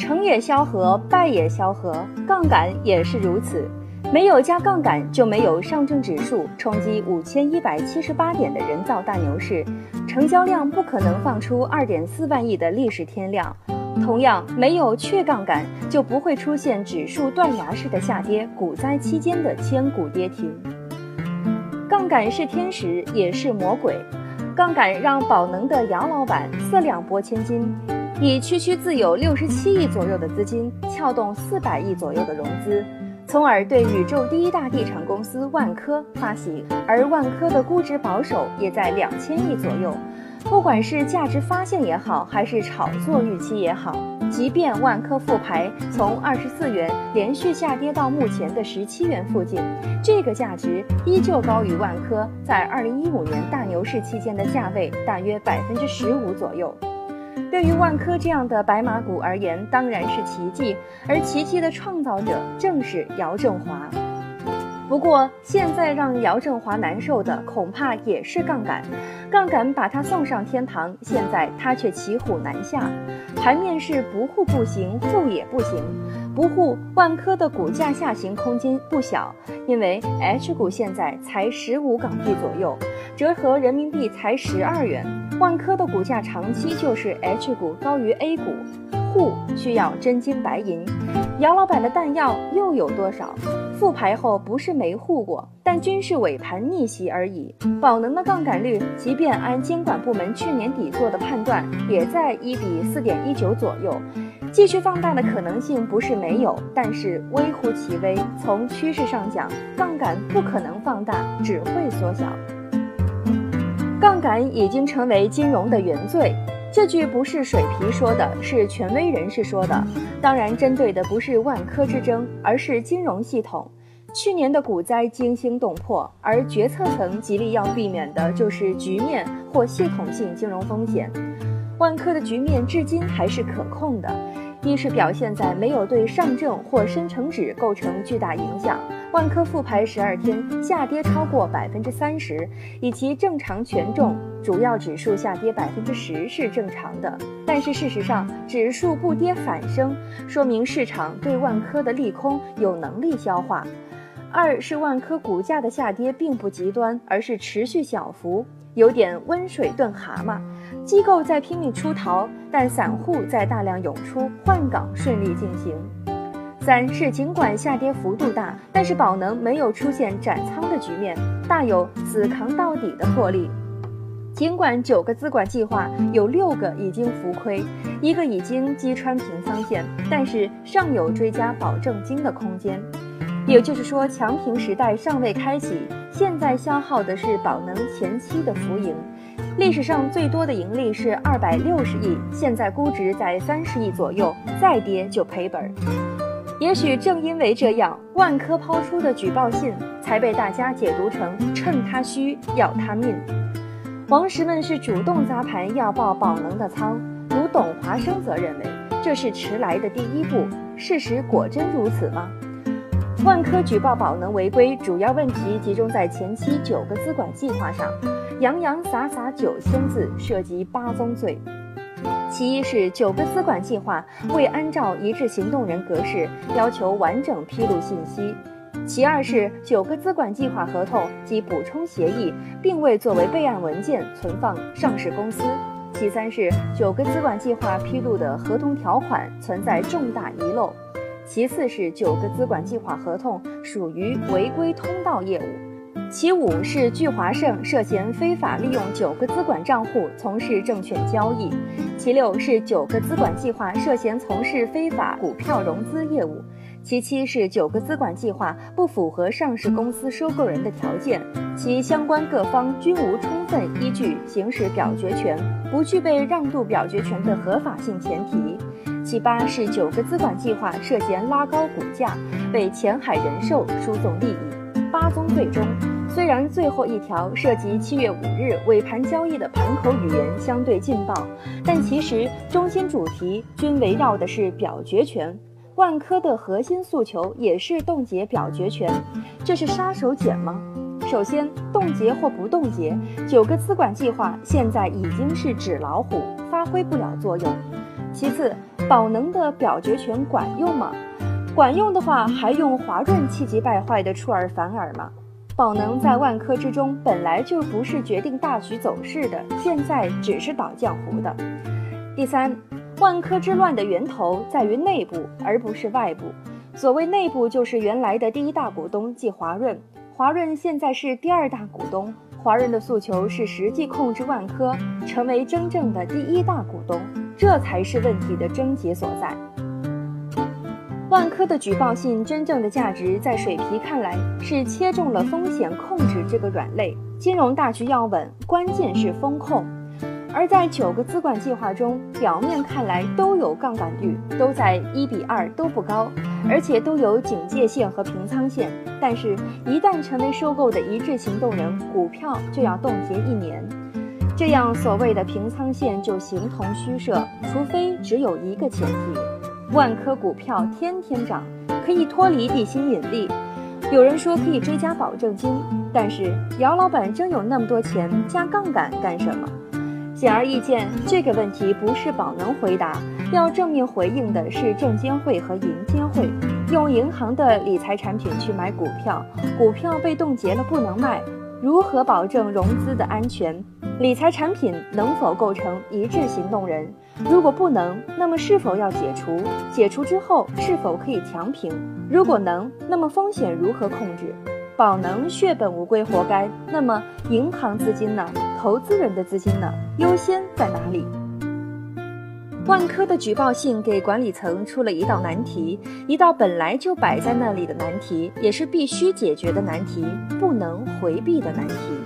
成也萧何，败也萧何，杠杆也是如此。没有加杠杆，就没有上证指数冲击5178点的人造大牛市，成交量不可能放出2.4万亿的历史天量。同样，没有去杠杆，就不会出现指数断崖式的下跌，股灾期间的千股跌停。杠杆是天使，也是魔鬼。杠杆让宝能的姚老板4两拨千斤，以区区自有67亿左右的资金，撬动400亿左右的融资，从而对宇宙第一大地产公司万科发行，而万科的估值保守也在2000亿左右。不管是价值发现也好，还是炒作预期也好，即便万科复牌从24元连续下跌到目前的17元附近，这个价值依旧高于万科在2015年大牛市期间的价位大约15%左右。对于万科这样的白马股而言，当然是奇迹，而奇迹的创造者正是姚振华。不过现在让姚振华难受的恐怕也是杠杆，杠杆把他送上天堂，现在他却骑虎难下。盘面是不护不行，护也不行。不护，万科的股价下行空间不小，因为 H 股现在才15港币左右，折合人民币才12元。万科的股价长期就是 H 股高于 A 股，护需要真金白银。姚老板的弹药又有多少？复牌后不是没护过，但均是尾盘逆袭而已。宝能的杠杆率，即便按监管部门去年底做的判断，也在1比4.19左右。继续放大的可能性不是没有，但是微乎其微。从趋势上讲，杠杆不可能放大，只会缩小。杠杆已经成为金融的原罪。这句不是水皮说的，是权威人士说的。当然，针对的不是万科之争，而是金融系统。去年的股灾惊心动魄，而决策层极力要避免的就是局面或系统性金融风险。万科的局面至今还是可控的，一是表现在没有对上证或深成指构成巨大影响。万科复牌12天下跌超过30%，以及正常权重主要指数下跌10%是正常的。但是事实上，指数不跌反升，说明市场对万科的利空有能力消化。二是万科股价的下跌并不极端，而是持续小幅，有点温水炖蛤蟆。机构在拼命出逃，但散户在大量涌出，换港顺利进行。三是尽管下跌幅度大，但是宝能没有出现斩仓的局面，大有死扛到底的魄力。尽管9个资管计划有6个已经浮亏，1个已经击穿平仓线，但是尚有追加保证金的空间。也就是说，强平时代尚未开启，现在消耗的是宝能前期的浮盈。历史上最多的盈利是260亿，现在估值在30亿左右，再跌就赔本。也许正因为这样，万科抛出的举报信才被大家解读成趁他虚要他命。王石们是主动砸盘要爆宝能的仓，如董华生则认为这是迟来的第一步。事实果真如此吗？万科举报宝能违规，主要问题集中在前期9个资管计划上，洋洋洒洒9000字，涉及8宗罪。其一是9个资管计划未按照一致行动人格式要求完整披露信息，其二是9个资管计划合同及补充协议并未作为备案文件存放上市公司，其三是9个资管计划披露的合同条款存在重大遗漏，其次是9个资管计划合同属于违规通道业务，其五是聚华盛涉嫌非法利用9个资管账户从事证券交易，其六是9个资管计划涉嫌从事非法股票融资业务，其七是9个资管计划不符合上市公司收购人的条件，其相关各方均无充分依据行使表决权，不具备让渡表决权的合法性前提。其八是9个资管计划涉嫌拉高股价，为前海人寿输送利益。8宗罪中，虽然最后一条涉及7月5日尾盘交易的盘口语言相对劲爆，但其实中心主题均围绕的是表决权。万科的核心诉求也是冻结表决权，这是杀手锏吗？首先，冻结或不冻结，9个资管计划现在已经是纸老虎，发挥不了作用。 其次，宝能的表决权管用吗？管用的话，还用华润气急败坏的出尔反尔吗？宝能在万科之中本来就不是决定大局走势的，现在只是倒浆糊的。第三，万科之乱的源头在于内部，而不是外部。所谓内部，就是原来的第一大股东即华润，华润现在是第二大股东，华润的诉求是实际控制万科，成为真正的第一大股东，这才是问题的症结所在。万科的举报信真正的价值，在水皮看来是切中了风险控制这个软肋。金融大局要稳，关键是风控。而在9个资管计划中，表面看来都有杠杆率，都在1:2，都不高，而且都有警戒线和平仓线。但是，一旦成为收购的一致行动人，股票就要冻结1年。这样所谓的平仓线就形同虚设，除非只有一个前提。万科股票天天涨，可以脱离地心引力。有人说可以追加保证金，但是姚老板真有那么多钱加杠杆干什么？显而易见，这个问题不是宝能回答，要正面回应的是证监会和银监会。用银行的理财产品去买股票，股票被冻结了不能卖，如何保证融资的安全？理财产品能否构成一致行动人？如果不能，那么是否要解除？解除之后是否可以强平？如果能，那么风险如何控制？宝能血本无归活该，那么银行资金呢？投资人的资金呢？优先在哪里？万科的举报信给管理层出了一道难题，一道本来就摆在那里的难题，也是必须解决的难题，不能回避的难题。